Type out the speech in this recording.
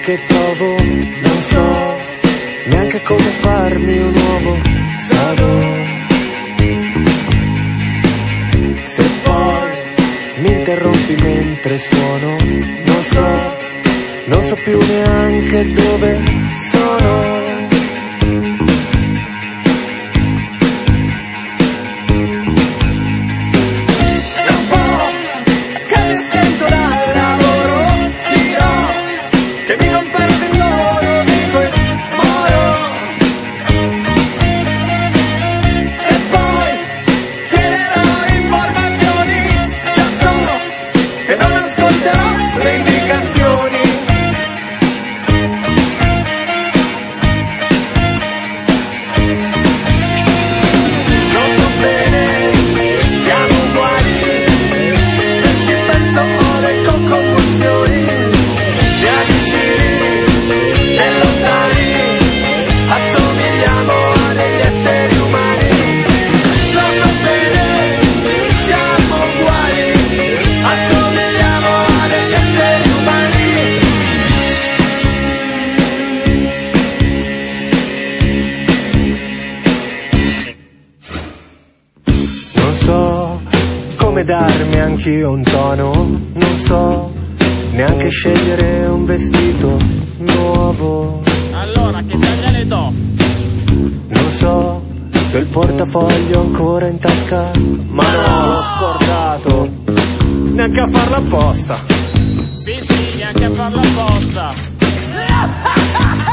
che provo, non so neanche come farmi un nuovo sapore. Se poi mi interrompi mentre suono, non so più neanche dove sono. Darmi anch'io un tono, non so neanche scegliere un vestito nuovo. Allora che taglia le do? Non so se il portafoglio ancora in tasca, ma no, l'ho scordato, neanche a farla apposta. Sì, neanche a farla apposta.